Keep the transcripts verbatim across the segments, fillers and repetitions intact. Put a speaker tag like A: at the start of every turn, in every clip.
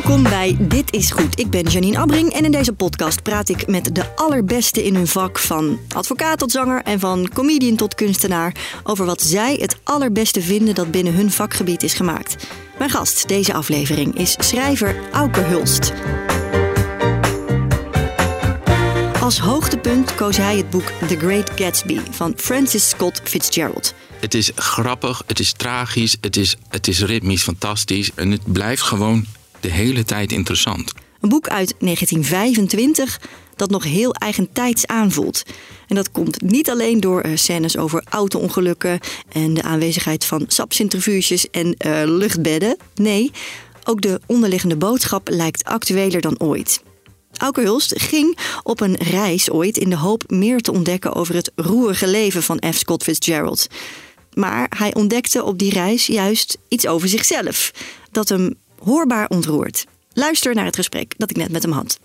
A: Welkom bij Dit is Goed. Ik ben Janine Abbring en in deze podcast praat ik met de allerbeste in hun vak, van advocaat tot zanger en van comedian tot kunstenaar, over wat zij het allerbeste vinden dat binnen hun vakgebied is gemaakt. Mijn gast deze aflevering is schrijver Auke Hulst. Als hoogtepunt koos hij het boek The Great Gatsby van Francis Scott Fitzgerald.
B: Het is grappig, het is tragisch, het is, het is ritmisch fantastisch en het blijft gewoon de hele tijd interessant.
A: Een boek uit negentien vijfentwintig dat nog heel eigentijds aanvoelt. En dat komt niet alleen door uh, scènes over auto-ongelukken en de aanwezigheid van sapcentrifuges en uh, luchtbedden. Nee, ook de onderliggende boodschap lijkt actueler dan ooit. Auke Hulst ging op een reis ooit in de hoop meer te ontdekken over het roerige leven van F. Scott Fitzgerald. Maar hij ontdekte op die reis juist iets over zichzelf, dat hem hoorbaar ontroert. Luister naar het gesprek dat ik net met hem had.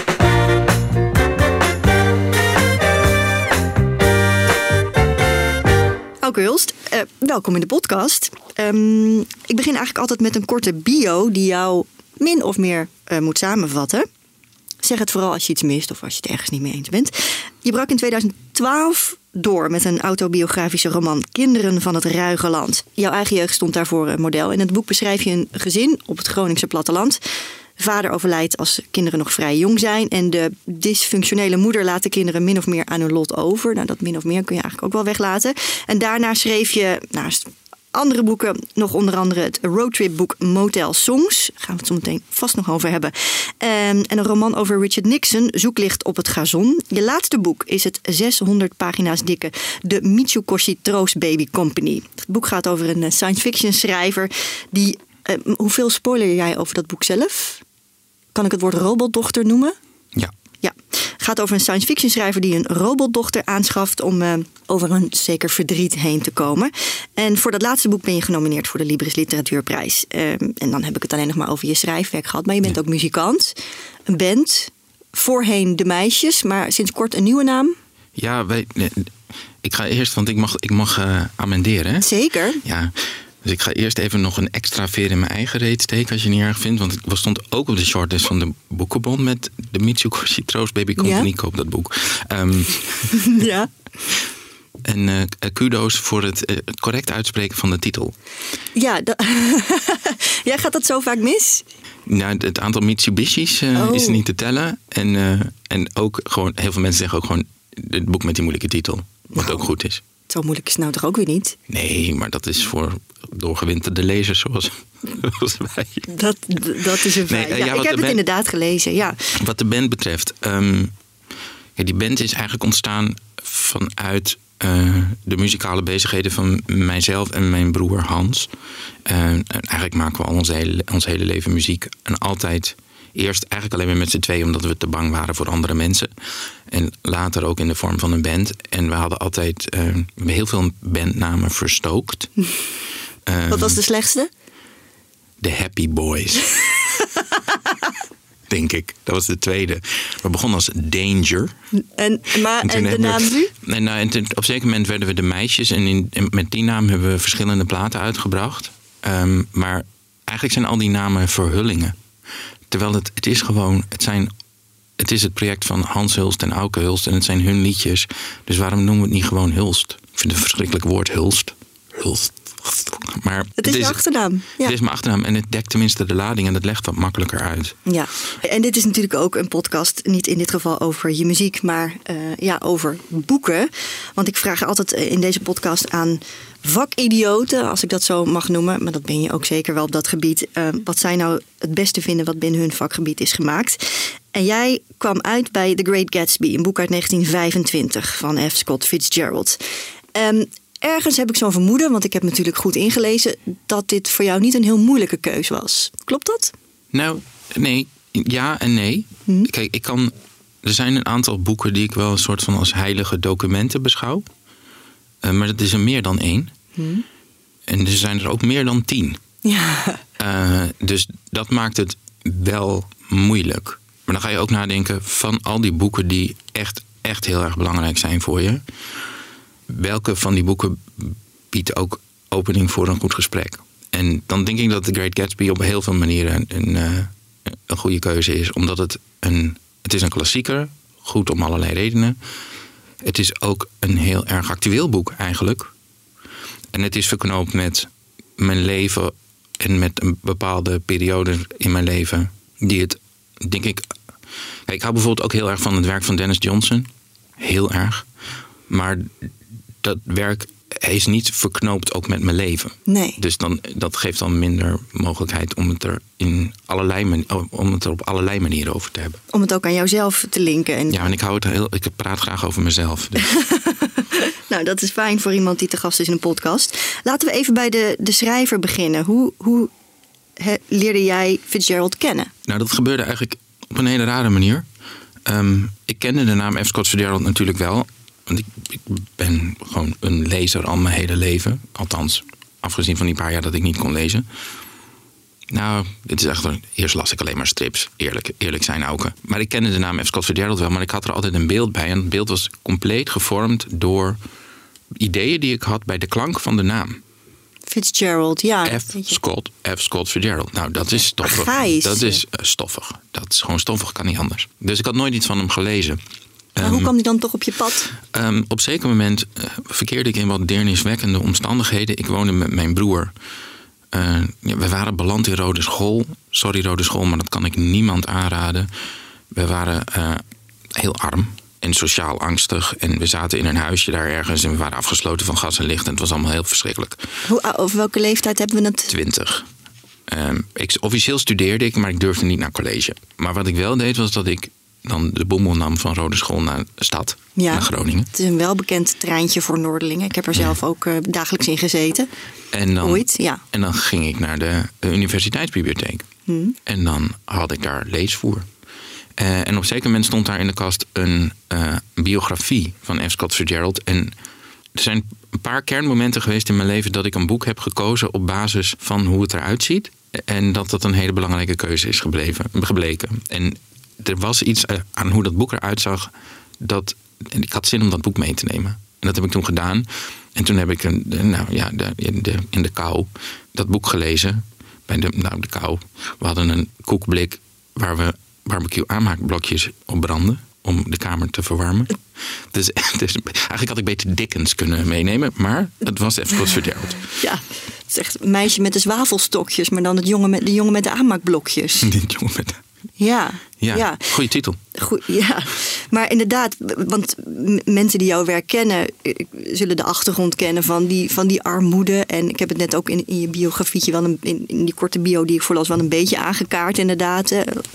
A: Auke Hulst, uh, welkom in de podcast. Um, ik begin eigenlijk altijd met een korte bio die jou min of meer uh, moet samenvatten. Zeg het vooral als je iets mist of als je het ergens niet mee eens bent. Je brak in tweeduizend twaalf door met een autobiografische roman Kinderen van het Ruige Land. Jouw eigen jeugd stond daarvoor model. In het boek beschrijf je een gezin op het Groningse platteland. Vader overlijdt als kinderen nog vrij jong zijn. En de dysfunctionele moeder laat de kinderen min of meer aan hun lot over. Nou, dat min of meer kun je eigenlijk ook wel weglaten. En daarna schreef je naast andere boeken nog onder andere het roadtripboek Motel Songs. Daar gaan we het zo meteen vast nog over hebben. En een roman over Richard Nixon, Zoeklicht op het Gazon. Je laatste boek is het zeshonderd pagina's dikke De Mitsukoshi Troost Baby Company. Het boek gaat over een science fiction schrijver die... Uh, hoeveel spoiler jij over dat boek zelf? Kan ik het woord robotdochter noemen?
B: Ja.
A: Ja, het gaat over een science fiction schrijver die een robotdochter aanschaft om uh, over een zeker verdriet heen te komen. En voor dat laatste boek ben je genomineerd voor de Libris Literatuurprijs. Uh, en dan heb ik het alleen nog maar over je schrijfwerk gehad. Maar je bent ja. ook muzikant, een band, voorheen De Meisjes, maar sinds kort een nieuwe naam. Ja,
B: wij, ik ga eerst, want ik mag, ik mag uh, amenderen. Hè?
A: Zeker.
B: Ja. Dus ik ga eerst even nog een extra veer in mijn eigen reet steken, als je niet erg vindt. Want het stond ook op de shortlist van de Boekenbond met de Mitsukoshi Troost Baby Company. Ja. Koop dat boek. Um,
A: ja.
B: En uh, kudo's voor het, uh, het correct uitspreken van de titel.
A: Ja, dat jij gaat dat zo vaak mis?
B: Nou, het aantal Mitsubishi's uh, oh. is niet te tellen. En, uh, en ook gewoon, heel veel mensen zeggen ook gewoon het boek met die moeilijke titel. Wat nou. ook goed is.
A: Zo moeilijk is het nou toch ook weer niet?
B: Nee, maar dat is voor doorgewinterde lezers zoals, zoals wij.
A: Dat, dat is een feit. Nee, ja, ja, ik heb het band, inderdaad gelezen, ja.
B: Wat de band betreft, um, ja, die band is eigenlijk ontstaan vanuit uh, de muzikale bezigheden van mijzelf en mijn broer Hans. Uh, en eigenlijk maken we al ons hele, ons hele leven muziek. En altijd eerst eigenlijk alleen maar met z'n tweeën, omdat we te bang waren voor andere mensen. En later ook in de vorm van een band. En we hadden altijd uh, heel veel bandnamen verstookt.
A: uh, Wat was de slechtste?
B: De Happy Boys. Denk ik. Dat was de tweede. We begonnen als Danger.
A: En, maar, en, en de naam nu?
B: We, en, nou, en ten, op een zeker moment werden we De Meisjes. En, in, en met die naam hebben we verschillende platen uitgebracht. Um, maar eigenlijk zijn al die namen verhullingen. Terwijl het, het is gewoon, het zijn, het is het project van Hans Hulst en Auke Hulst en het zijn hun liedjes. Dus waarom noemen we het niet gewoon Hulst? Ik vind het een verschrikkelijk woord, Hulst. Hulst. Maar
A: het is, het is je achternaam. Ja.
B: Het is mijn achternaam en het dekt tenminste de lading en dat legt wat makkelijker uit.
A: Ja, en dit is natuurlijk ook een podcast, niet in dit geval over je muziek, maar uh, ja, over boeken. Want ik vraag altijd in deze podcast aan vakidioten, als ik dat zo mag noemen, maar dat ben je ook zeker wel op dat gebied. Uh, wat zij nou het beste vinden wat binnen hun vakgebied is gemaakt. En jij kwam uit bij The Great Gatsby, een boek uit negentien vijfentwintig van F. Scott Fitzgerald. Um, Ergens heb ik zo'n vermoeden, want ik heb natuurlijk goed ingelezen, dat dit voor jou niet een heel moeilijke keus was. Klopt dat?
B: Nou, nee. Ja en nee. Hm. Kijk, ik kan. Er zijn een aantal boeken die ik wel een soort van als heilige documenten beschouw. Uh, maar dat is er meer dan één. Hm. En er zijn er ook meer dan tien.
A: Ja.
B: Uh, dus dat maakt het wel moeilijk. Maar dan ga je ook nadenken van al die boeken die echt, echt heel erg belangrijk zijn voor je. Welke van die boeken biedt ook opening voor een goed gesprek? En dan denk ik dat The Great Gatsby op heel veel manieren een, uh, een goede keuze is. Omdat het een, het is een klassieker. Goed om allerlei redenen. Het is ook een heel erg actueel boek eigenlijk. En het is verknoopt met mijn leven en met een bepaalde periode in mijn leven. Die het, denk ik... Kijk, ik hou bijvoorbeeld ook heel erg van het werk van Dennis Johnson. Heel erg. Maar dat werk is niet verknoopt ook met mijn leven.
A: Nee.
B: Dus dan, dat geeft dan minder mogelijkheid om het er in allerlei man- om het er op allerlei manieren over te hebben.
A: Om het ook aan jouzelf te linken. En...
B: Ja, en ik hou het heel. Ik praat graag over mezelf. Dus.
A: Nou, dat is fijn voor iemand die te gast is in een podcast. Laten we even bij de, de schrijver beginnen. Hoe, hoe he, leerde jij Fitzgerald kennen?
B: Nou, dat gebeurde eigenlijk op een hele rare manier. Um, ik kende de naam F. Scott Fitzgerald natuurlijk wel. Want ik, ik ben gewoon een lezer al mijn hele leven. Althans, afgezien van die paar jaar dat ik niet kon lezen. Nou, dit is echt. Eerst las ik alleen maar strips. Eerlijk, eerlijk zijn ook. Maar ik kende de naam F. Scott Fitzgerald wel. Maar ik had er altijd een beeld bij. En het beeld was compleet gevormd door ideeën die ik had bij de klank van de naam.
A: Fitzgerald, ja.
B: F. Scott, F. Scott Fitzgerald. Nou, dat is stoffig.
A: Gijs.
B: Dat is uh, stoffig. Dat is gewoon stoffig, kan niet anders. Dus ik had nooit iets van hem gelezen.
A: Maar um, hoe kwam die dan toch op je pad?
B: Um, op zeker moment uh, verkeerde ik in wat deerniswekkende omstandigheden. Ik woonde met mijn broer. Uh, ja, we waren beland in Rode School. Sorry Rode School, maar dat kan ik niemand aanraden. We waren uh, heel arm en sociaal angstig. En we zaten in een huisje daar ergens en we waren afgesloten van gas en licht. En het was allemaal heel verschrikkelijk.
A: Hoe, over welke leeftijd hebben we het?
B: Twintig. Um, ik, officieel studeerde ik, maar ik durfde niet naar college. Maar wat ik wel deed, was dat ik dan de boemel nam van Rode School naar de stad, ja, naar Groningen.
A: Het is een welbekend treintje voor Noorderlingen. Ik heb er zelf ja. ook uh, dagelijks in gezeten.
B: En dan,
A: Ooit, ja.
B: En dan ging ik naar de uh, universiteitsbibliotheek. Hmm. En dan had ik daar leesvoer. Uh, en op een zeker moment stond daar in de kast een uh, biografie van F. Scott Fitzgerald. En er zijn een paar kernmomenten geweest in mijn leven dat ik een boek heb gekozen op basis van hoe het eruit ziet. En dat dat een hele belangrijke keuze is gebleven, gebleken. En er was iets aan hoe dat boek eruit zag. Dat, en ik had zin om dat boek mee te nemen. En dat heb ik toen gedaan. En toen heb ik een, nou ja, de, in, de, in de kou dat boek gelezen. Bij de, nou, de kou. We hadden een koekblik waar we barbecue aanmaakblokjes op brandden. Om de kamer te verwarmen. Dus, dus eigenlijk had ik beter Dickens kunnen meenemen. Maar het was F. Scott Fitzgerald.
A: Ja, het is echt een meisje met de zwavelstokjes. Maar dan het jongen met, de jongen met de aanmaakblokjes.
B: Die jongen met de...
A: Ja,
B: ja,
A: ja.
B: Goeie titel.
A: Goed, ja, maar inderdaad, want mensen die jouw werk kennen, zullen de achtergrond kennen van die, van die armoede. En ik heb het net ook in, in je biografietje, wel een, in, in die korte bio die ik voorlas, wel een beetje aangekaart inderdaad.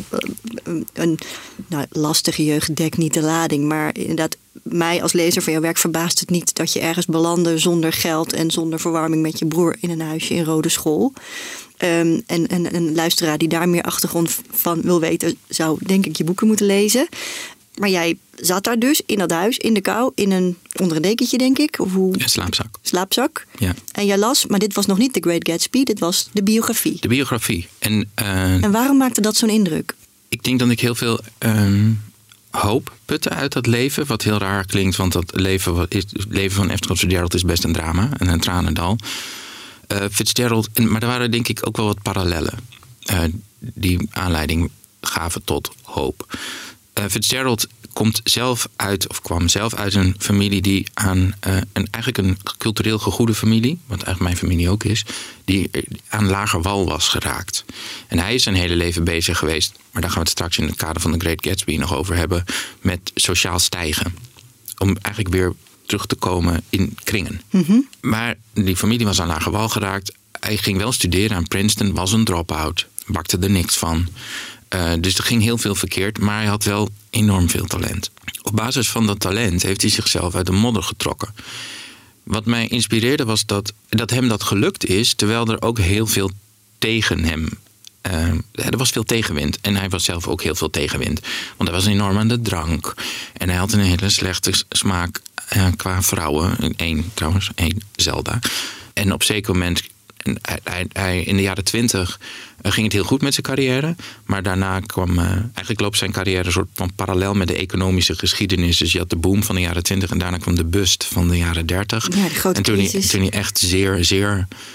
A: Een, een nou, lastige jeugd dekt niet de lading, maar inderdaad, mij als lezer van jouw werk verbaast het niet dat je ergens belandde zonder geld en zonder verwarming met je broer in een huisje in Rode School. Um, en, en een luisteraar die daar meer achtergrond van wil weten, zou denk ik je boeken moeten lezen. Maar jij zat daar dus in dat huis, in de kou, in een, onder een dekentje denk ik. Of hoe?
B: Ja, slaapzak.
A: Slaapzak.
B: Ja. En
A: jij las, maar dit was nog niet The Great Gatsby, dit was de biografie.
B: De biografie. En, uh,
A: en waarom maakte dat zo'n indruk?
B: Ik denk dat ik heel veel um, hoop putte uit dat leven. Wat heel raar klinkt, want dat leven, is, het leven van F. Scott Fitzgerald is best een drama en een tranendal. Uh, Fitzgerald, maar er waren denk ik ook wel wat parallellen uh, die aanleiding gaven tot hoop. Uh, Fitzgerald komt zelf uit, of kwam zelf uit een familie die aan uh, een, eigenlijk een cultureel gegoede familie, wat eigenlijk mijn familie ook is, die aan lager wal was geraakt. En hij is zijn hele leven bezig geweest, maar daar gaan we het straks in het kader van The Great Gatsby nog over hebben, met sociaal stijgen. Om eigenlijk weer terug te komen in kringen. Mm-hmm. Maar die familie was aan lage wal geraakt. Hij ging wel studeren aan Princeton, was een drop-out. Bakte er niks van. Uh, dus er ging heel veel verkeerd, maar hij had wel enorm veel talent. Op basis van dat talent heeft hij zichzelf uit de modder getrokken. Wat mij inspireerde was dat, dat hem dat gelukt is, terwijl er ook heel veel tegen hem... Uh, er was veel tegenwind. En hij was zelf ook heel veel tegenwind. Want hij was enorm aan de drank. En hij had een hele slechte smaak uh, qua vrouwen. Eén trouwens, één Zelda. En op een zeker moment, hij, hij, hij, in de jaren twintig, uh, ging het heel goed met zijn carrière. Maar daarna kwam, uh, eigenlijk loopt zijn carrière een soort van parallel met de economische geschiedenis. Dus je had de boom van de jaren twintig en daarna kwam de bust van de jaren dertig.
A: Ja, de grote
B: en toen
A: crisis.
B: hij, toen hij echt zeer, zeer...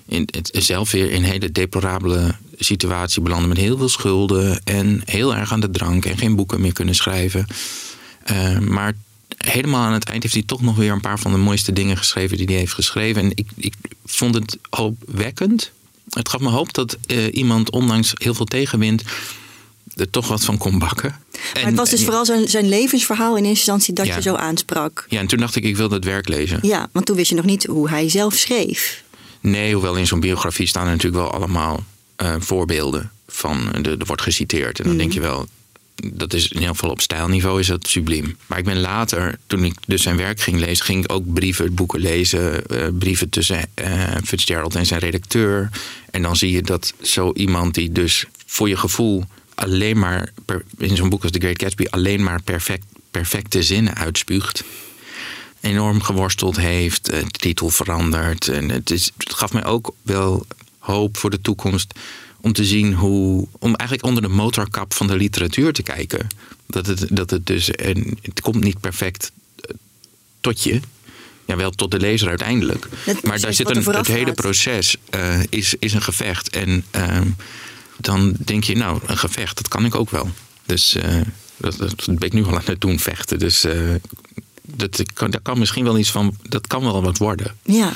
B: in, het, zelf weer in een hele deplorabele situatie belanden met heel veel schulden en heel erg aan de drank en geen boeken meer kunnen schrijven. Uh, maar helemaal aan het eind heeft hij toch nog weer een paar van de mooiste dingen geschreven die hij heeft geschreven. En ik, ik vond het hoopwekkend. Het gaf me hoop dat uh, iemand, ondanks heel veel tegenwind, er toch wat van kon bakken.
A: Maar het was dus ja. vooral zijn, zijn levensverhaal in eerste instantie dat ja. je zo aansprak.
B: Ja, en toen dacht ik, ik wil dat werk lezen.
A: Ja, want toen wist je nog niet hoe hij zelf schreef.
B: Nee, hoewel in zo'n biografie staan er natuurlijk wel allemaal uh, voorbeelden van. Er wordt geciteerd. En dan mm. denk je wel, dat is in ieder geval op stijlniveau is dat subliem. Maar ik ben later, toen ik dus zijn werk ging lezen, ging ik ook brieven, boeken lezen. Uh, brieven tussen uh, Fitzgerald en zijn redacteur. En dan zie je dat zo iemand die dus voor je gevoel alleen maar, per, in zo'n boek als The Great Gatsby, alleen maar perfect, perfecte zinnen uitspuugt. Enorm geworsteld heeft, de titel veranderd. En het, is, het gaf mij ook wel hoop voor de toekomst om te zien hoe, om eigenlijk onder de motorkap van de literatuur te kijken. Dat het, dat het dus, en het komt niet perfect tot je. Ja, wel tot de lezer uiteindelijk. Het, maar daar zit een, het hele proces uh, is, is een gevecht. En uh, dan denk je, nou, een gevecht, dat kan ik ook wel. Dus uh, dat, dat ben ik nu al aan het doen, vechten. Dus uh, dat, dat kan misschien wel iets van, dat kan wel wat worden.
A: Ja.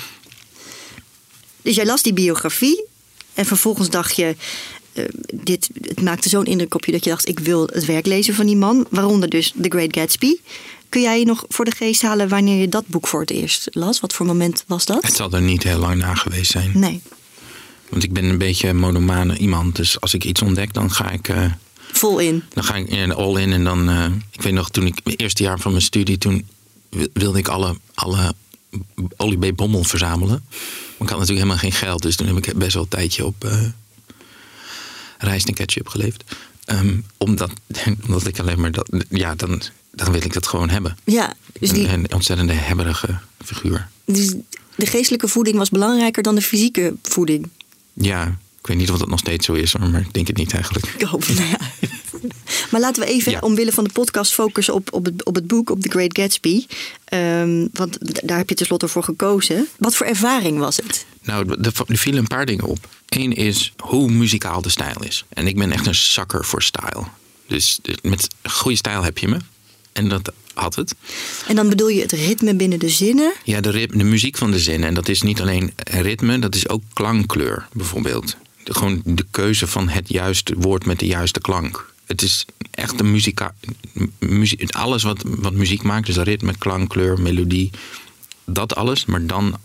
A: Dus jij las die biografie en vervolgens dacht je, uh, dit, het maakte zo'n indruk op je dat je dacht, ik wil het werk lezen van die man. Waaronder dus The Great Gatsby. Kun jij je nog voor de geest halen wanneer je dat boek voor het eerst las? Wat voor moment was dat?
B: Het zal er niet heel lang na geweest zijn.
A: Nee.
B: Want ik ben een beetje een monomane iemand. Dus als ik iets ontdek, dan ga ik Uh,
A: Vol in?
B: Dan ga ik uh, all in. En dan, uh, ik weet nog, toen ik het eerste jaar van mijn studie, toen wilde ik alle, alle Olie B. Bommel verzamelen. Maar ik had natuurlijk helemaal geen geld. Dus toen heb ik best wel een tijdje op uh, rijst en ketchup geleefd. Um, omdat, omdat ik alleen maar dat, ja, dan, dan wil ik dat gewoon hebben.
A: Ja, dus die,
B: een, een ontzettende hebberige figuur.
A: Dus de geestelijke voeding was belangrijker dan de fysieke voeding?
B: Ja, ik weet niet of dat nog steeds zo is, maar ik denk het niet eigenlijk.
A: Ik hoop het, nou ja. Maar laten we even, ja. omwille van de podcast, focussen op, op, het, op het boek, op The Great Gatsby. Um, want daar heb je tenslotte voor gekozen. Wat voor ervaring was het?
B: Nou, er vielen een paar dingen op. Eén is hoe muzikaal de stijl is. En ik ben echt een zakker voor stijl. Dus met goede stijl heb je me. En dat had het.
A: En dan bedoel je het ritme binnen de zinnen?
B: Ja, de, ritme, de muziek van de zinnen. En dat is niet alleen ritme, dat is ook klankkleur bijvoorbeeld. De, gewoon de keuze van het juiste woord met de juiste klank. Het is echt een muzika, muziek, alles wat, wat muziek maakt, dus ritme, klank, kleur, melodie. Dat alles, maar dan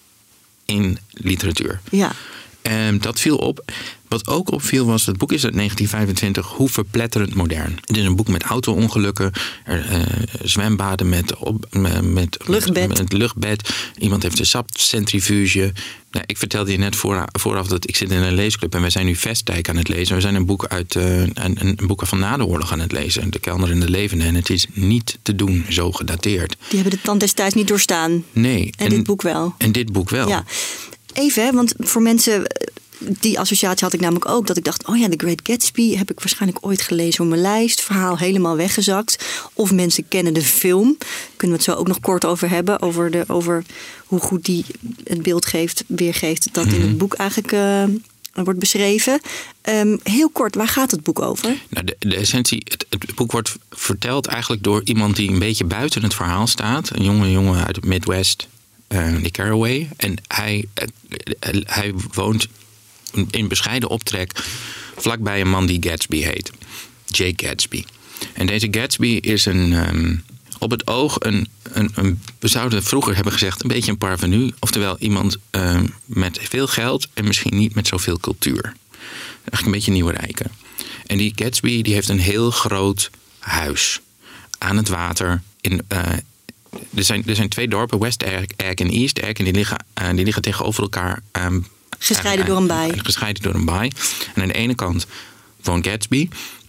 B: in literatuur.
A: Ja.
B: En dat viel op. Wat ook opviel was, het boek is uit negentien vijfentwintig, hoe verpletterend modern. Het is een boek met auto-ongelukken, er, uh, zwembaden met, op, uh, met,
A: luchtbed.
B: met, met luchtbed. Iemand heeft een sapcentrifuge. Nou, ik vertelde je net voor, vooraf dat ik zit in een leesclub en wij zijn nu Vestdijk aan het lezen. We zijn een boek uit uh, een, een boek van na de oorlog aan het lezen. De Kelner en de Levende. En het is niet te doen, zo gedateerd.
A: Die hebben de tand destijds niet doorstaan.
B: Nee.
A: En, en dit boek wel.
B: En dit boek wel.
A: Ja. Even, want voor mensen, die associatie had ik namelijk ook, dat ik dacht, oh ja, The Great Gatsby heb ik waarschijnlijk ooit gelezen op mijn lijst. Verhaal helemaal weggezakt. Of mensen kennen de film. Kunnen we het zo ook nog kort over hebben. Over, de, over hoe goed die het beeld geeft, weergeeft dat mm-hmm. in het boek eigenlijk uh, wordt beschreven. Um, heel kort, waar gaat het boek over?
B: Nou, de, de essentie, het, het boek wordt verteld eigenlijk door iemand die een beetje buiten het verhaal staat. Een jonge jongen uit het Midwest. Uh, Nick Carraway. En hij, uh, hij woont in bescheiden optrek vlakbij een man die Gatsby heet. Jake Gatsby. En deze Gatsby is een, um, op het oog een, een, een, we zouden vroeger hebben gezegd, een beetje een parvenu. Oftewel iemand um, met veel geld en misschien niet met zoveel cultuur. Eigenlijk een beetje nieuwe rijken. En die Gatsby die heeft een heel groot huis aan het water in uh, Er zijn, er zijn twee dorpen, West Egg en East Egg. En die liggen, uh, die liggen tegenover elkaar. Um,
A: gescheiden uh, door een baai.
B: Uh, gescheiden door een baai. En aan de ene kant woont Gatsby.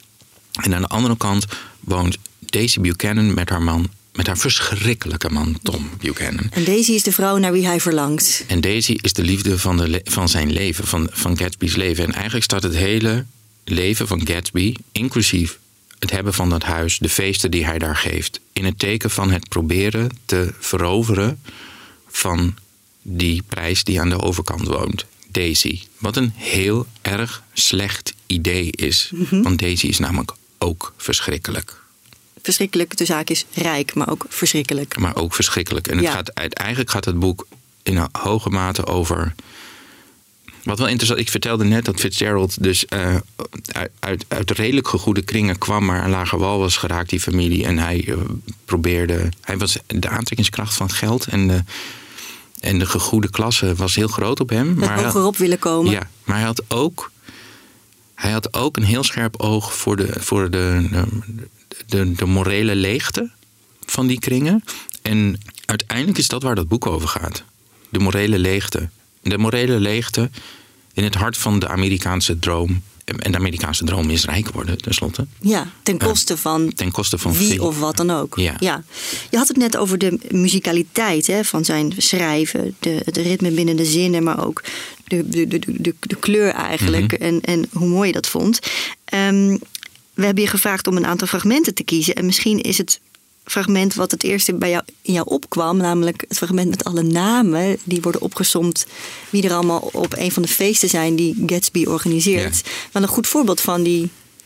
B: En aan de andere kant woont Daisy Buchanan met haar man. Met haar verschrikkelijke man, Tom Buchanan.
A: En Daisy is de vrouw naar wie hij verlangt.
B: En Daisy is de liefde van, de le- van zijn leven, van, van Gatsby's leven. En eigenlijk staat het hele leven van Gatsby, inclusief het hebben van dat huis, de feesten die hij daar geeft, in het teken van het proberen te veroveren van die prijs die aan de overkant woont. Daisy. Wat een heel erg slecht idee is. Mm-hmm. Want Daisy is namelijk ook verschrikkelijk.
A: Verschrikkelijk, de zaak is rijk, maar ook verschrikkelijk.
B: Maar ook verschrikkelijk. En het
A: ja.
B: gaat, eigenlijk gaat het boek in een hoge mate over... Wat wel interessant, ik vertelde net dat Fitzgerald dus uh, uit, uit, uit redelijk gegoede kringen kwam, maar een lager wal was geraakt, die familie. En hij uh, probeerde, hij was de aantrekkingskracht van geld en de, en de gegoede klasse was heel groot op hem.
A: Met hogerop willen komen.
B: Ja, maar hij had ook, hij had ook een heel scherp oog voor de, voor de, de, de, de morele leegte van die kringen. En uiteindelijk is dat waar dat boek over gaat. De morele leegte. De morele leegte in het hart van de Amerikaanse droom. En de Amerikaanse droom is rijk worden, tenslotte.
A: Ja, ten koste van, uh, ten koste van wie veel. Of wat dan ook.
B: Ja.
A: Ja. Je had het net over de muzikaliteit, hè, van zijn schrijven. De, het ritme binnen de zinnen, maar ook de, de, de, de, de kleur eigenlijk. Mm-hmm. En, en hoe mooi je dat vond. Um, we hebben je gevraagd om een aantal fragmenten te kiezen. En misschien is het fragment wat het eerste bij jou, in jou opkwam, namelijk het fragment met alle namen die worden opgesomd, wie er allemaal op een van de feesten zijn die Gatsby organiseert. Ja. Wel een goed voorbeeld van die...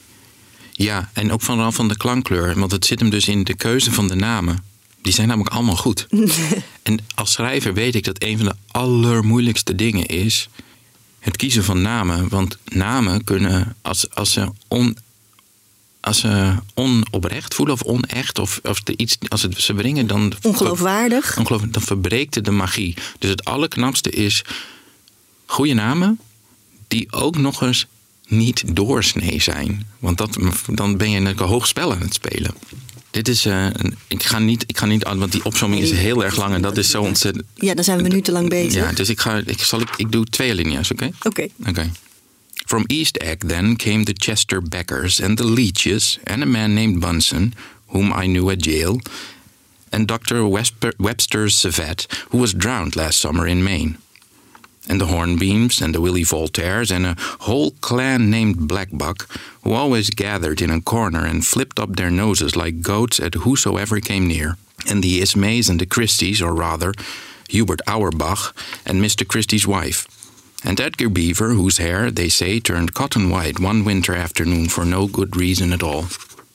B: Ja, en ook vooral van de klankkleur, want het zit hem dus in de keuze van de namen. Die zijn namelijk allemaal goed. En als schrijver weet ik dat een van de allermoeilijkste dingen is het kiezen van namen, want namen kunnen, als, als ze on Als ze onoprecht voelen of onecht, of, of er iets, als het ze brengen, dan...
A: Ongeloofwaardig.
B: Ongeloofwaardig. Dan verbreekt het de magie. Dus het allerknapste is goede namen die ook nog eens niet doorsnee zijn. Want dat, dan ben je een hoog spel aan het spelen. Dit is... Uh, ik ga niet, ik ga niet... Want die opzomming is heel erg lang en dat is zo ontzettend...
A: Ja, dan zijn we minutenlang bezig.
B: Ja, dus ik ga... Ik, zal, ik, ik doe twee alinea's, oké?
A: Okay? Oké.
B: Okay. Oké. Okay. From East Egg then came the Chester Beckers and the Leaches and a man named Bunsen, whom I knew at jail, and Doctor Wesper, Webster Savette, who was drowned last summer in Maine, and the Hornbeams and the Willie Voltaires and a whole clan named Blackbuck, who always gathered in a corner and flipped up their noses like goats at whosoever came near, and the Ismays and the Christies, or rather, Hubert Auerbach and Mister Christie's wife. And Edgar Beaver, whose hair, they say, turned cotton white one winter afternoon for no good reason at all.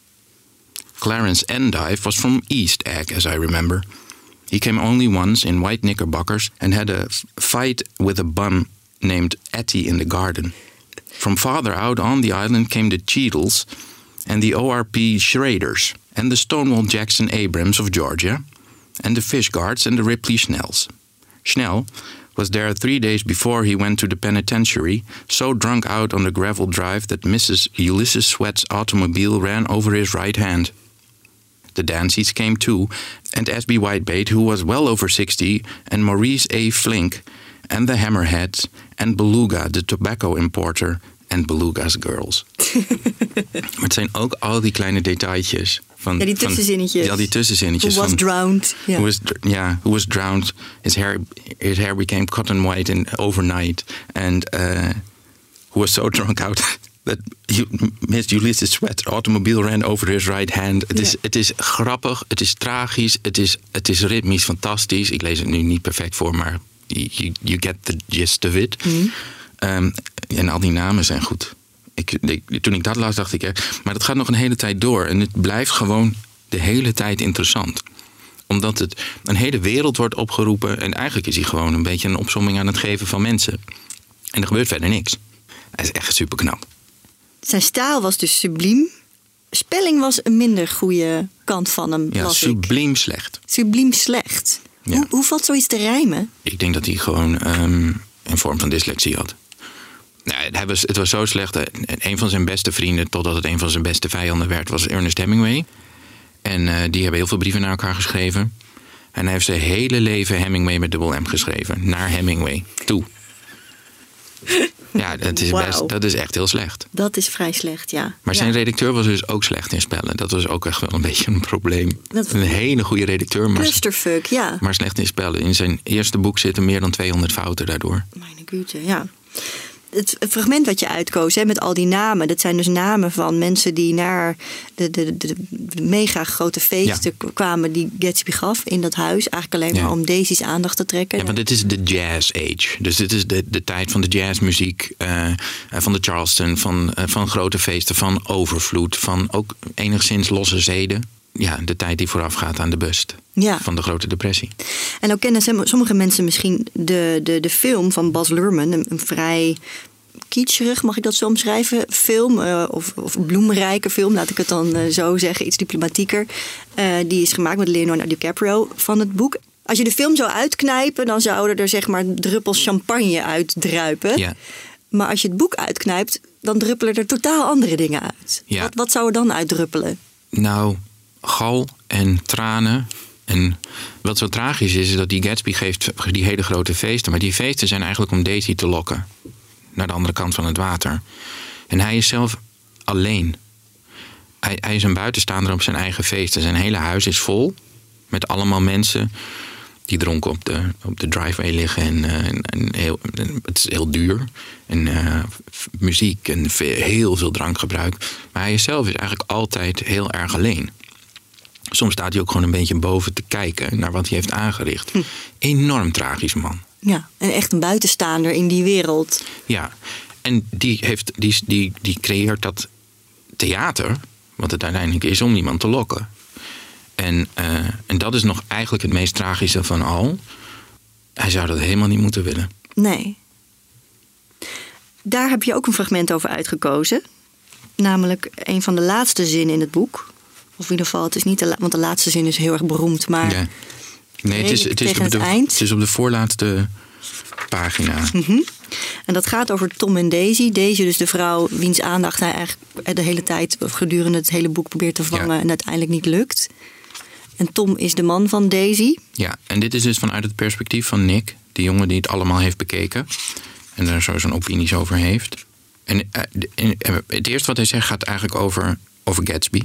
B: Clarence Endive was from East Egg, as I remember. He came only once in white knickerbockers and had a f- fight with a bum named Etty in the garden. From farther out on the island came the Cheadles and the O R P Schraders and the Stonewall Jackson Abrams of Georgia and the Fishguards and the Ripley Schnells. Schnell was there three days before he went to the penitentiary, so drunk out on the gravel drive that Missus Ulysses Sweat's automobile ran over his right hand. The Dancies came too, and S B Whitebait, who was well over sixty, and Maurice A. Flink, and the Hammerheads, and Beluga, the tobacco importer, and Beluga's girls. Maar het zijn ook al die kleine detailtjes. Van,
A: ja, die tussenzinnetjes.
B: Van, ja, die tussenzinnetjes.
A: Who was
B: van,
A: drowned. Yeah.
B: Who was, yeah, who was drowned. His hair, his hair became cotton white in, overnight. And uh, who was so drunk out that Miss Ulysses Sweat automobile ran over his right hand. Het, ja. is, het is grappig, het is tragisch, het is, het is ritmisch fantastisch. Ik lees het nu niet perfect voor, maar you, you get the gist of it. Mm. Um, en al die namen zijn goed. Ik, ik, toen ik dat las, dacht ik, eh, maar dat gaat nog een hele tijd door. En het blijft gewoon de hele tijd interessant. Omdat het een hele wereld wordt opgeroepen. En eigenlijk is hij gewoon een beetje een opsomming aan het geven van mensen. En er gebeurt verder niks. Hij is echt super knap.
A: Zijn stijl was dus subliem. Spelling was een minder goede kant van hem,
B: ja,
A: las
B: subliem
A: ik.
B: slecht.
A: Subliem slecht. Ja. Hoe, hoe valt zoiets te rijmen?
B: Ik denk dat hij gewoon um, een vorm van dyslexie had. Nou, het, was, het was zo slecht. Een van zijn beste vrienden, totdat het een van zijn beste vijanden werd, was Ernest Hemingway. En uh, die hebben heel veel brieven naar elkaar geschreven. En hij heeft zijn hele leven Hemingway met dubbel M geschreven. Naar Hemingway toe. Ja, dat is, wow. best, dat is echt heel slecht.
A: Dat is vrij slecht, ja.
B: Maar zijn ja. redacteur was dus ook slecht in spellen. Dat was ook echt wel een beetje een probleem. Dat een hele goede redacteur, maar,
A: clusterfuck, ja.
B: maar slecht in spellen. In zijn eerste boek zitten meer dan tweehonderd fouten daardoor.
A: Mijn güte, ja. het fragment wat je uitkoos, hè, met al die namen. Dat zijn dus namen van mensen die naar de, de, de, de mega grote feesten ja. kwamen die Gatsby gaf in dat huis. Eigenlijk alleen ja. maar om Daisy's aandacht te trekken.
B: Ja, want dit is de jazz age. Dus dit is de, de tijd van de jazzmuziek, uh, van de Charleston, van, uh, van grote feesten, van overvloed, van ook enigszins losse zeden. Ja, de tijd die voorafgaat aan de bust ja. van de Grote Depressie.
A: En ook kennen sommige mensen misschien de, de, de film van Baz Luhrmann. Een, een vrij kitscherig, mag ik dat zo omschrijven, film. Uh, of, of bloemrijke film, laat ik het dan uh, zo zeggen. Iets diplomatieker. Uh, die is gemaakt met Leonardo DiCaprio van het boek. Als je de film zou uitknijpen, dan zouden er zeg maar druppels champagne uitdruipen. Ja. Maar als je het boek uitknijpt, dan druppelen er totaal andere dingen uit. Ja. Wat, wat zou er dan uitdruppelen?
B: Nou, gal en tranen. En wat zo tragisch is, is dat die Gatsby geeft die hele grote feesten. Maar die feesten zijn eigenlijk om Daisy te lokken. Naar de andere kant van het water. En hij is zelf alleen. Hij, hij is een buitenstaander op zijn eigen feesten. Zijn hele huis is vol. Met allemaal mensen die dronken op de, op de driveway liggen. En, uh, en heel, het is heel duur. En uh, muziek en heel veel drankgebruik. Maar hij zelf is eigenlijk altijd heel erg alleen. Soms staat hij ook gewoon een beetje boven te kijken naar wat hij heeft aangericht. Hm. Enorm tragisch man.
A: Ja, en echt een buitenstaander in die wereld.
B: Ja, en die, heeft, die, die, die creëert dat theater, wat het uiteindelijk is, om iemand te lokken. En, uh, en dat is nog eigenlijk het meest tragische van al. Hij zou dat helemaal niet moeten willen.
A: Nee. Daar heb je ook een fragment over uitgekozen. Namelijk een van de laatste zinnen in het boek. Of in ieder geval, het is niet de la- want de laatste zin is heel erg beroemd, maar... Ja.
B: Nee, het is, het, is op
A: het,
B: de,
A: eind.
B: het is op de voorlaatste pagina.
A: Mm-hmm. En dat gaat over Tom en Daisy. Daisy, dus de vrouw wiens aandacht hij eigenlijk de hele tijd, gedurende het hele boek probeert te vangen, ja. en uiteindelijk niet lukt. En Tom is de man van Daisy.
B: Ja, en dit is dus vanuit het perspectief van Nick, die jongen die het allemaal heeft bekeken en daar zo zijn opinies over heeft. En, en, en het eerste wat hij zegt gaat eigenlijk over, over Gatsby.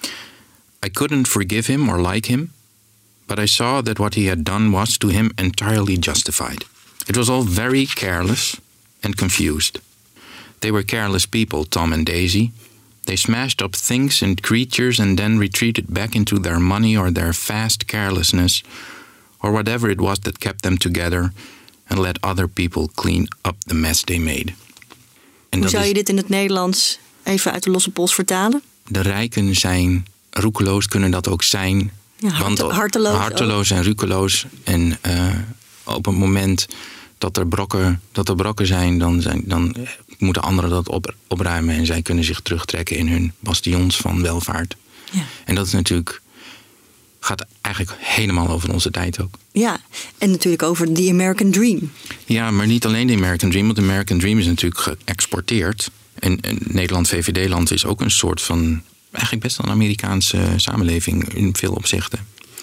B: I couldn't forgive him or like him. But I saw that what he had done was to him entirely justified. It was all very careless and confused. They were careless people, Tom and Daisy. They smashed up things and creatures and then retreated back into their money or their fast carelessness or whatever it was that kept them together and let other people clean up the mess they made.
A: En hoe zou je is, dit in het Nederlands even uit de losse pols vertalen?
B: De rijken zijn roekeloos, kunnen dat ook zijn.
A: Ja, harte,
B: Want
A: harteloos,
B: harteloos en rukeloos. En uh, op het moment dat er brokken, dat er brokken zijn, dan, zijn, dan moeten anderen dat op, opruimen. En zij kunnen zich terugtrekken in hun bastions van welvaart. Ja. En dat is natuurlijk, gaat eigenlijk helemaal over onze tijd ook.
A: Ja, en natuurlijk over the American Dream.
B: Ja, maar niet alleen de American Dream. Want de American Dream is natuurlijk geëxporteerd. En, en Nederland, V V D-land, is ook een soort van... eigenlijk best wel een Amerikaanse samenleving in veel opzichten.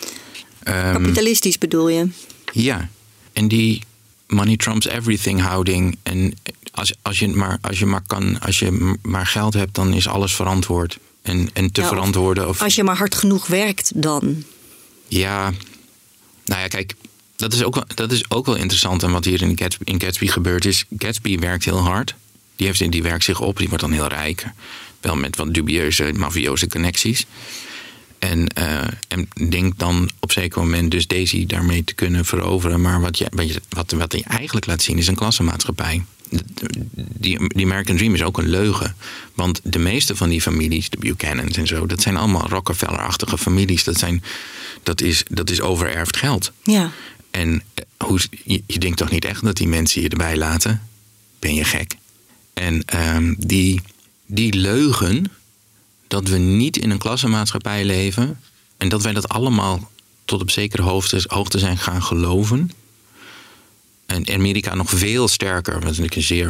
A: Um, Kapitalistisch bedoel je?
B: Ja, en die money trumps everything houding. En als, als, je maar, als je maar kan, als je maar geld hebt, dan is alles verantwoord. En, en te ja, verantwoorden. Of,
A: als je maar hard genoeg werkt, dan.
B: Ja, nou ja, kijk, dat is ook wel, dat is ook wel interessant. En wat hier in Gatsby, in Gatsby gebeurt is, Gatsby werkt heel hard. Die, heeft, die werkt zich op, die wordt dan heel rijk. Wel met wat dubieuze, mafioze connecties. En, uh, en denkt dan op zeker moment dus Daisy daarmee te kunnen veroveren. Maar wat, je, wat, je, wat, wat hij eigenlijk laat zien is een klassenmaatschappij. Die, die American Dream is ook een leugen. Want de meeste van die families, de Buchanans en zo, dat zijn allemaal Rockefeller-achtige families. Dat, zijn, dat, is, dat is overerfd geld.
A: Ja.
B: En hoe, je, je denkt toch niet echt dat die mensen je erbij laten? Ben je gek? En um, die... Die leugen dat we niet in een klassenmaatschappij leven en dat wij dat allemaal tot op zekere hoogte, hoogte zijn gaan geloven. En Amerika nog veel sterker, wat natuurlijk een zeer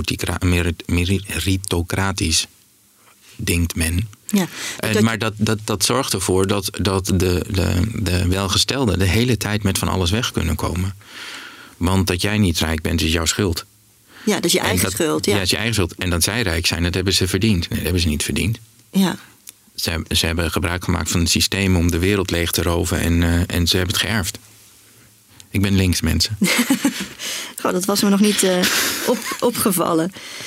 B: meritocratisch denkt men.
A: Ja,
B: en, dat... Maar dat, dat, dat zorgt ervoor dat, dat de, de, de welgestelden de hele tijd met van alles weg kunnen komen. Want dat jij niet rijk bent is jouw schuld.
A: Ja, dat is je eigen
B: dat,
A: schuld. Ja.
B: ja, dat is je eigen schuld. En dat zij rijk zijn, dat hebben ze verdiend. Nee, dat hebben ze niet verdiend.
A: Ja.
B: Ze, ze hebben gebruik gemaakt van het systeem om de wereld leeg te roven. En, uh, en ze hebben het geërfd. Ik ben links, mensen.
A: Goh, dat was me nog niet uh, op, opgevallen.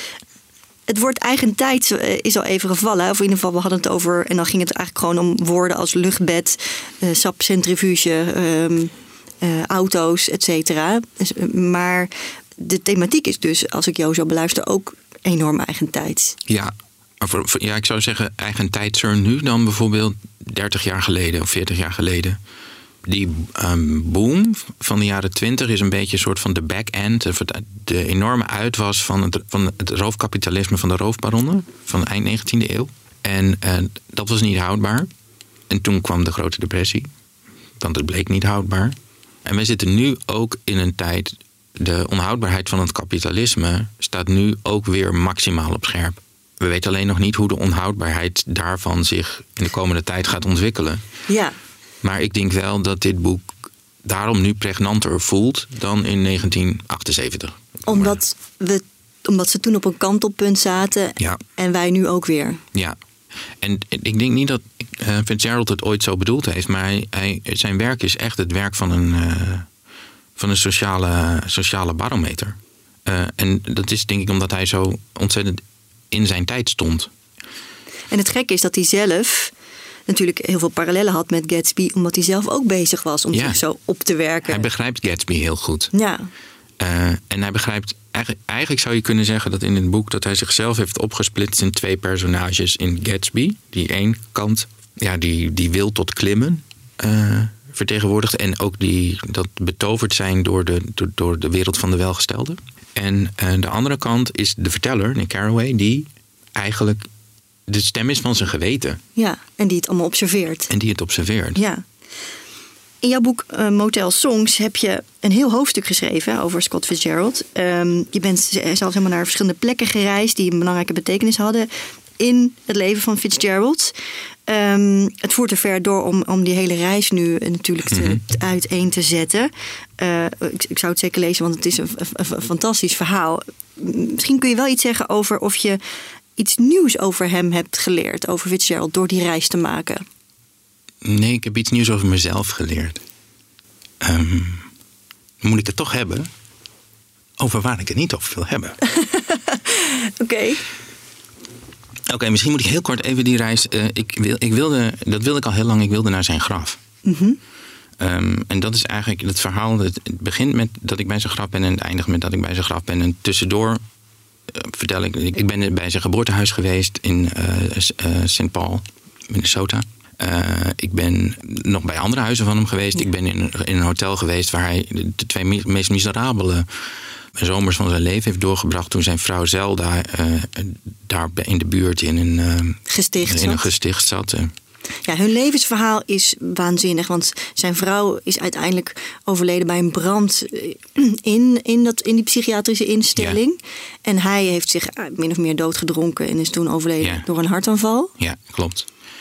A: Het woord eigentijds is al even gevallen. Of in ieder geval, we hadden het over... en dan ging het eigenlijk gewoon om woorden als luchtbed, uh, sapcentrifuge, um, uh, auto's, et cetera. Dus, uh, maar de thematiek is dus, als ik jou zo beluister, ook enorm eigentijds.
B: Ja, voor, voor, ja ik zou zeggen eigentijdser nu dan bijvoorbeeld dertig jaar geleden of veertig jaar geleden. Die um, boom van de jaren twintig is een beetje een soort van de back-end. De enorme uitwas van het, van het roofkapitalisme van de roofbaronnen van eind negentiende eeuw. En uh, dat was niet houdbaar. En toen kwam de Grote Depressie. Want het bleek niet houdbaar. En wij zitten nu ook in een tijd... De onhoudbaarheid van het kapitalisme staat nu ook weer maximaal op scherp. We weten alleen nog niet hoe de onhoudbaarheid daarvan zich in de komende tijd gaat ontwikkelen.
A: Ja.
B: Maar ik denk wel dat dit boek daarom nu pregnanter voelt dan in negentien achtenzeventig.
A: Omdat, we, omdat ze toen op een kantelpunt zaten
B: ja.
A: En wij nu ook weer.
B: Ja, en ik denk niet dat uh, Fitzgerald het ooit zo bedoeld heeft. Maar hij, hij, zijn werk is echt het werk van een, uh, van een sociale, sociale barometer. Uh, en dat is denk ik omdat hij zo ontzettend in zijn tijd stond.
A: En het gekke is dat hij zelf... natuurlijk heel veel parallellen had met Gatsby... omdat hij zelf ook bezig was om ja. zich zo op te werken.
B: Hij begrijpt Gatsby heel goed.
A: Ja.
B: Uh, en hij begrijpt... Eigenlijk, eigenlijk zou je kunnen zeggen dat in het boek... dat hij zichzelf heeft opgesplitst in twee personages in Gatsby. Die één kant, ja, die, die wil tot klimmen uh, vertegenwoordigt. En ook die dat betoverd zijn door de, door, door de wereld van de welgestelden. En uh, de andere kant is de verteller, Nick Carraway... die eigenlijk... de stem is van zijn geweten.
A: Ja, en die het allemaal observeert.
B: En die het observeert.
A: Ja. In jouw boek uh, Motel Songs heb je een heel hoofdstuk geschreven over Scott Fitzgerald. Um, je bent zelfs helemaal naar verschillende plekken gereisd die een belangrijke betekenis hadden in het leven van Fitzgerald. Um, het voert er ver door om, om die hele reis nu natuurlijk te, mm-hmm. te uiteen te zetten. Uh, ik, ik zou het zeker lezen, want het is een, een, een fantastisch verhaal. Misschien kun je wel iets zeggen over of je iets nieuws over hem hebt geleerd, over Fitzgerald, door die reis te maken.
B: Nee, ik heb iets nieuws over mezelf geleerd. Um, moet ik het toch hebben over waar ik het niet over wil hebben?
A: Oké. Okay.
B: Oké, okay, misschien moet ik heel kort even die reis... Uh, ik wil, ik wilde, dat wilde ik al heel lang, ik wilde naar zijn graf.
A: Mm-hmm.
B: Um, en dat is eigenlijk het verhaal. Het begint met dat ik bij zijn graf ben en het eindigt met dat ik bij zijn graf ben. En tussendoor uh, vertel ik... Ik ben bij zijn geboortehuis geweest in uh, uh, Saint Paul, Minnesota. Uh, ik ben nog bij andere huizen van hem geweest. Ja. Ik ben in, in een hotel geweest waar hij de twee meest miserabele zomers van zijn leven heeft doorgebracht. Toen zijn vrouw Zelda uh, daar in de buurt in een, uh,
A: gesticht,
B: in een gesticht zat. Uh.
A: Ja, hun levensverhaal is waanzinnig. Want zijn vrouw is uiteindelijk overleden bij een brand in, in, dat, in die psychiatrische instelling. Ja. En hij heeft zich min of meer doodgedronken en is toen overleden ja. door een hartaanval.
B: Ja, klopt.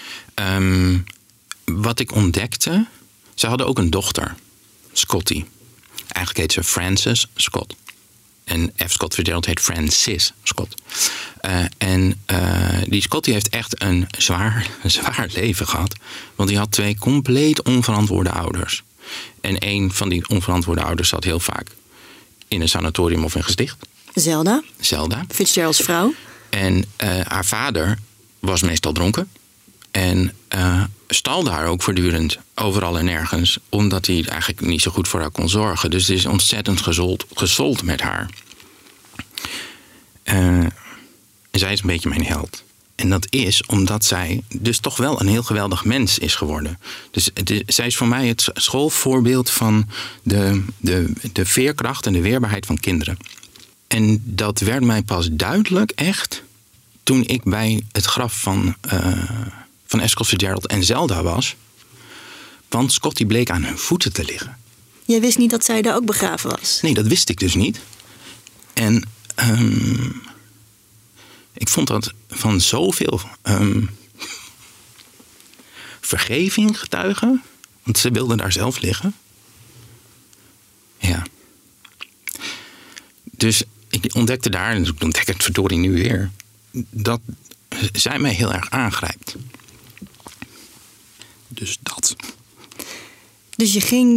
B: Um, wat ik ontdekte... Ze hadden ook een dochter, Scotty. Eigenlijk heet ze Frances Scott. En F. Scott Fitzgerald heet Francis Scott. Uh, en uh, die Scotty heeft echt een zwaar, een zwaar leven gehad. Want die had twee compleet onverantwoorde ouders. En een van die onverantwoorde ouders zat heel vaak in een sanatorium of een gesticht.
A: Zelda.
B: Zelda.
A: Fitzgerald's vrouw.
B: En uh, haar vader was meestal dronken. En uh, stalde haar ook voortdurend overal en nergens. Omdat hij eigenlijk niet zo goed voor haar kon zorgen. Dus het is ontzettend gezold, gezold met haar. Uh, en zij is een beetje mijn held. En dat is omdat zij dus toch wel een heel geweldig mens is geworden. Dus het is, zij is voor mij het schoolvoorbeeld van de, de, de veerkracht en de weerbaarheid van kinderen. En dat werd mij pas duidelijk echt toen ik bij het graf van... Uh, van F. Scott Fitzgerald en Zelda was. Want Scotty bleek aan hun voeten te liggen.
A: Jij wist niet dat zij daar ook begraven was?
B: Nee, dat wist ik dus niet. En um, ik vond dat van zoveel um, vergeving getuigen. Want ze wilden daar zelf liggen. Ja. Dus ik ontdekte daar, en ik ontdek het verdorie nu weer, dat zij mij heel erg aangrijpt. Dus dat.
A: Dus je ging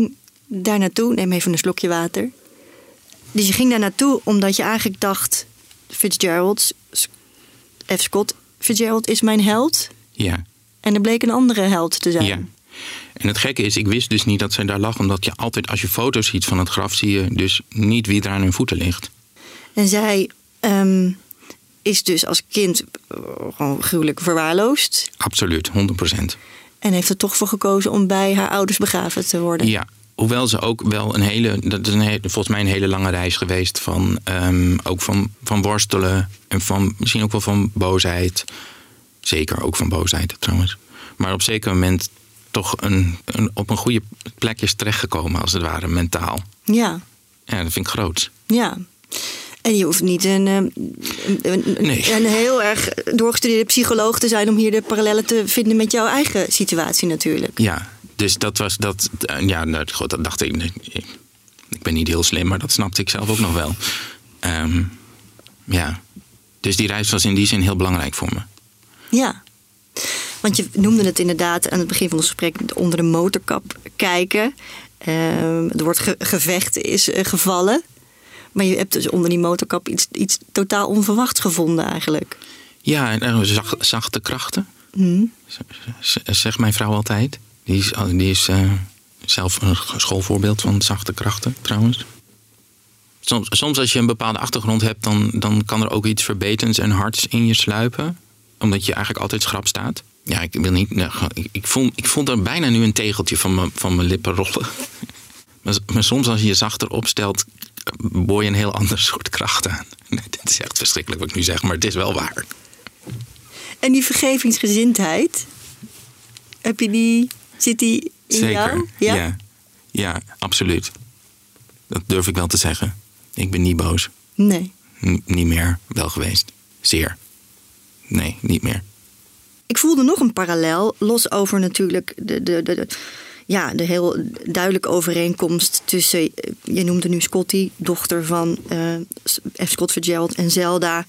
A: daar naartoe. Neem even een slokje water. Dus je ging daar naartoe omdat je eigenlijk dacht... Fitzgerald, F. Scott Fitzgerald is mijn held.
B: Ja.
A: En er bleek een andere held te zijn.
B: Ja. En het gekke is, ik wist dus niet dat zij daar lag... omdat je altijd, als je foto's ziet van het graf... zie je dus niet wie er aan hun voeten ligt.
A: En zij um, is dus als kind uh, gewoon gruwelijk verwaarloosd.
B: Absoluut, honderd procent.
A: En heeft er toch voor gekozen om bij haar ouders begraven te worden.
B: Ja, hoewel ze ook wel een hele... dat is een hele, volgens mij een hele lange reis geweest... van um, ook van, van worstelen en van misschien ook wel van boosheid. Zeker ook van boosheid trouwens. Maar op een zeker moment toch een, een, op een goede plek is terechtgekomen... als het ware, mentaal.
A: Ja.
B: Ja, dat vind ik groots.
A: Ja. En je hoeft niet een, een, een,
B: nee.
A: een heel erg doorgestudeerde psycholoog te zijn... om hier de parallellen te vinden met jouw eigen situatie natuurlijk.
B: Ja, dus dat was dat... Ja, nou, goed, dat dacht ik... Ik ben niet heel slim, maar dat snapte ik zelf ook nog wel. Um, ja, dus die reis was in die zin heel belangrijk voor me.
A: Ja, want je noemde het inderdaad aan het begin van ons gesprek... onder de motorkap kijken. Um, er wordt ge- gevecht is uh, gevallen... Maar je hebt dus onder die motorkap iets, iets totaal onverwachts gevonden eigenlijk.
B: Ja, en zag, zachte krachten.
A: Hmm.
B: Zegt mijn vrouw altijd. Die is, die is uh, zelf een schoolvoorbeeld van zachte krachten trouwens. Soms, soms als je een bepaalde achtergrond hebt... Dan, dan kan er ook iets verbeterends en hards in je sluipen. Omdat je eigenlijk altijd schrap staat. Ja, ik wil niet... Nou, ik, ik, voel, ik voel er bijna nu een tegeltje van mijn, van mijn lippen rollen. Maar, maar soms als je je zachter opstelt... boor je een heel ander soort kracht aan. Dit is echt verschrikkelijk wat ik nu zeg, maar het is wel waar.
A: En die vergevingsgezindheid, heb je die, zit die in
B: Zeker,
A: jou? Ja?
B: ja. Ja, absoluut. Dat durf ik wel te zeggen. Ik ben niet boos.
A: Nee.
B: N- niet meer, wel geweest. Zeer. Nee, niet meer.
A: Ik voelde nog een parallel, los over natuurlijk de, de, de, de, ja, de heel duidelijke overeenkomst tussen, je noemde nu Scotty, dochter van uh, F. Scott Fitzgerald en Zelda.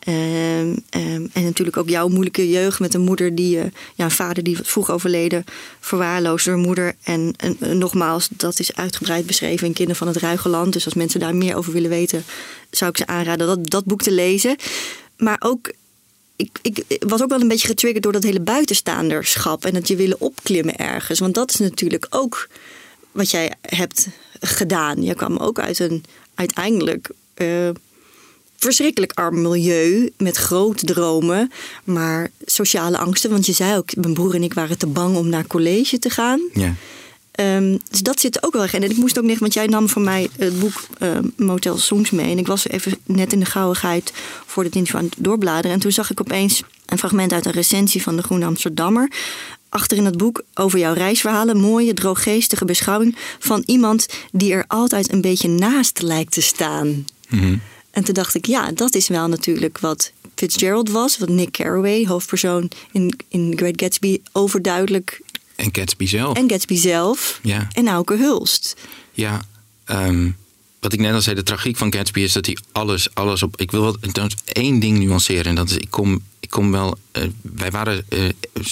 A: Um, um, en natuurlijk ook jouw moeilijke jeugd met een moeder die, uh, ja, een vader die vroeg overleden, verwaarloosde moeder. En, en, en nogmaals, dat is uitgebreid beschreven in Kinderen van het Ruige Land. Dus als mensen daar meer over willen weten, zou ik ze aanraden dat, dat boek te lezen. Maar ook Ik, ik was ook wel een beetje getriggerd door dat hele buitenstaanderschap en dat je willen opklimmen ergens. Want dat is natuurlijk ook wat jij hebt gedaan. Je kwam ook uit een uiteindelijk uh, verschrikkelijk arm milieu met grote dromen, maar sociale angsten. Want je zei ook, mijn broer en ik waren te bang om naar college te gaan.
B: Ja.
A: Um, dus dat zit ook wel erg in. En ik moest ook niet, want jij nam voor mij het boek uh, Motel Songs mee. En ik was even net in de gauwigheid voor dit interview aan het doorbladeren. En toen zag ik opeens een fragment uit een recensie van de Groene Amsterdammer. Achter in het boek over jouw reisverhalen. Mooie, drooggeestige beschouwing van iemand die er altijd een beetje naast lijkt te staan.
B: Mm-hmm.
A: En toen dacht ik, ja, dat is wel natuurlijk wat Fitzgerald was. Wat Nick Carraway, hoofdpersoon in, in Great Gatsby, overduidelijk.
B: En Gatsby zelf.
A: En Gatsby zelf.
B: Ja.
A: En Auke Hulst.
B: Ja, um, wat ik net al zei, de tragiek van Gatsby is dat hij alles, alles op... Ik wil wel één ding nuanceren. En dat is, ik kom, ik kom wel... Uh, wij waren uh,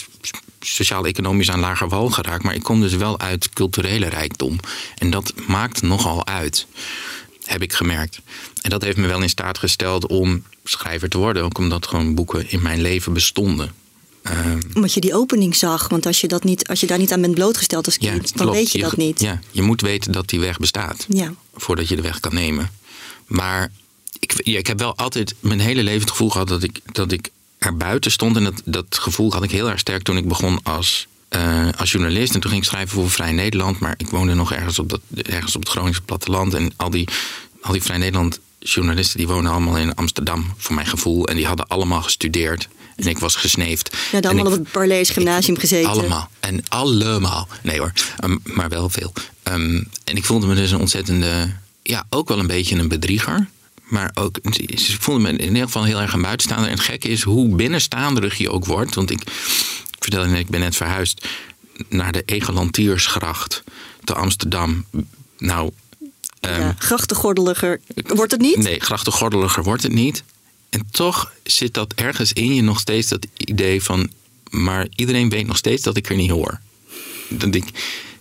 B: sociaal-economisch aan lager wal geraakt. Maar ik kom dus wel uit culturele rijkdom. En dat maakt nogal uit. Heb ik gemerkt. En dat heeft me wel in staat gesteld om schrijver te worden. Ook omdat gewoon boeken in mijn leven bestonden. Um,
A: Omdat je die opening zag. Want als je, dat niet, als je daar niet aan bent blootgesteld als kind,
B: ja,
A: dan
B: klopt.
A: weet je, je dat niet.
B: Ja, je moet weten dat die weg bestaat.
A: Ja.
B: Voordat je de weg kan nemen. Maar ik, ja, ik heb wel altijd mijn hele leven het gevoel gehad dat ik, dat ik er buiten stond. En dat, dat gevoel had ik heel erg sterk toen ik begon als, uh, als journalist. En toen ging ik schrijven voor Vrij Nederland. Maar ik woonde nog ergens op, dat, ergens op het Groningse platteland. En al die, al die Vrij Nederland journalisten die wonen allemaal in Amsterdam, voor mijn gevoel. En die hadden allemaal gestudeerd. En ik was gesneefd.
A: Ja, dan allemaal op het Barlees Gymnasium ik, gezeten.
B: Allemaal. En allemaal. Nee hoor, um, maar wel veel. Um, en ik voelde me dus een ontzettende... Ja, ook wel een beetje een bedrieger. Maar ook, ik voelde me in ieder geval heel erg een buitenstaander. En het gekke is hoe binnenstaanderig je ook wordt. Want ik, ik vertelde net, ik ben net verhuisd naar de Egelantiersgracht te Amsterdam. Nou... Um,
A: ja, grachtengordeliger wordt het niet?
B: Nee, grachtengordeliger wordt het niet. En toch zit dat ergens in je nog steeds, dat idee van... maar iedereen weet nog steeds dat ik er niet hoor. Dat ik,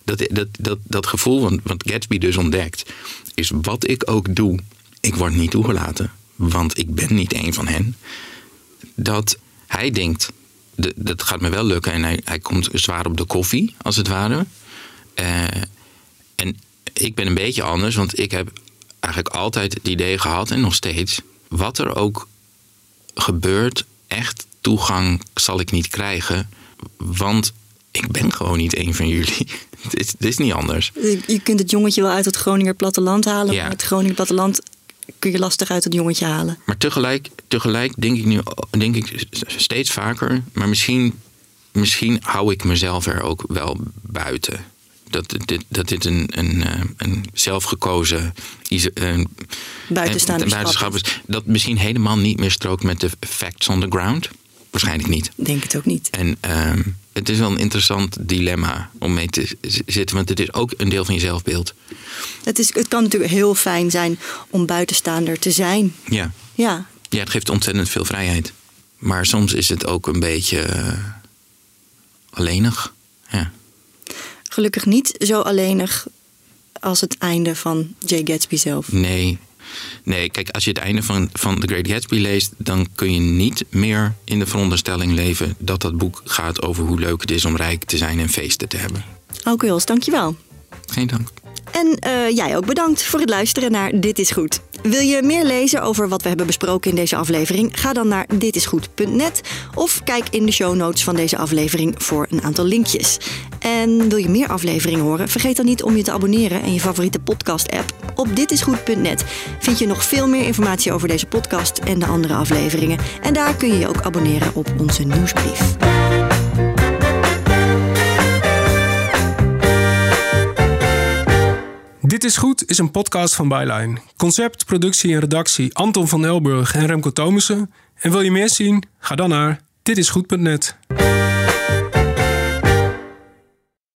B: dat, dat, dat, dat gevoel wat, wat Gatsby dus ontdekt, is wat ik ook doe, ik word niet toegelaten. Want ik ben niet een van hen. Dat hij denkt, de, dat gaat me wel lukken. En hij, hij komt zwaar op de koffie, als het ware. Uh, en ik ben een beetje anders, want ik heb eigenlijk altijd het idee gehad, en nog steeds, wat er ook gebeurt, echt toegang zal ik niet krijgen. Want ik ben gewoon niet een van jullie. Het is, het is niet anders.
A: Je kunt het jongetje wel uit het Groninger platteland halen.
B: Ja.
A: Maar het Groninger platteland kun je lastig uit het jongetje halen.
B: Maar tegelijk, tegelijk denk ik nu denk ik steeds vaker. Maar misschien, misschien hou ik mezelf er ook wel buiten. Dat dit, dat dit een, een, een zelfgekozen een, buitenstaanderschap is. Dat misschien helemaal niet meer strookt met de facts on the ground. Waarschijnlijk niet.
A: Denk het ook niet.
B: En um, het is wel een interessant dilemma om mee te zitten. Want het is ook een deel van je zelfbeeld.
A: Het, is, het kan natuurlijk heel fijn zijn om buitenstaander te zijn.
B: Ja.
A: Ja.
B: Ja, het geeft ontzettend veel vrijheid. Maar soms is het ook een beetje uh, alleenig. Ja.
A: Gelukkig niet zo alleenig als het einde van Jay Gatsby zelf.
B: Nee. Nee, kijk, als je het einde van, van The Great Gatsby leest, dan kun je niet meer in de veronderstelling leven dat dat boek gaat over hoe leuk het is om rijk te zijn en feesten te hebben.
A: Auke Jols, dankjewel.
B: Geen dank.
A: En uh, jij ook bedankt voor het luisteren naar Dit is Goed. Wil je meer lezen over wat we hebben besproken in deze aflevering? Ga dan naar ditisgoed punt net of kijk in de show notes van deze aflevering voor een aantal linkjes. En wil je meer afleveringen horen? Vergeet dan niet om je te abonneren in je favoriete podcast-app. Op ditisgoed punt net vind je nog veel meer informatie over deze podcast en de andere afleveringen. En daar kun je je ook abonneren op onze nieuwsbrief.
C: Dit is Goed is een podcast van Byline. Concept, productie en redactie Anton van Elburg en Remco Thomussen. En wil je meer zien? Ga dan naar ditisgoed punt net.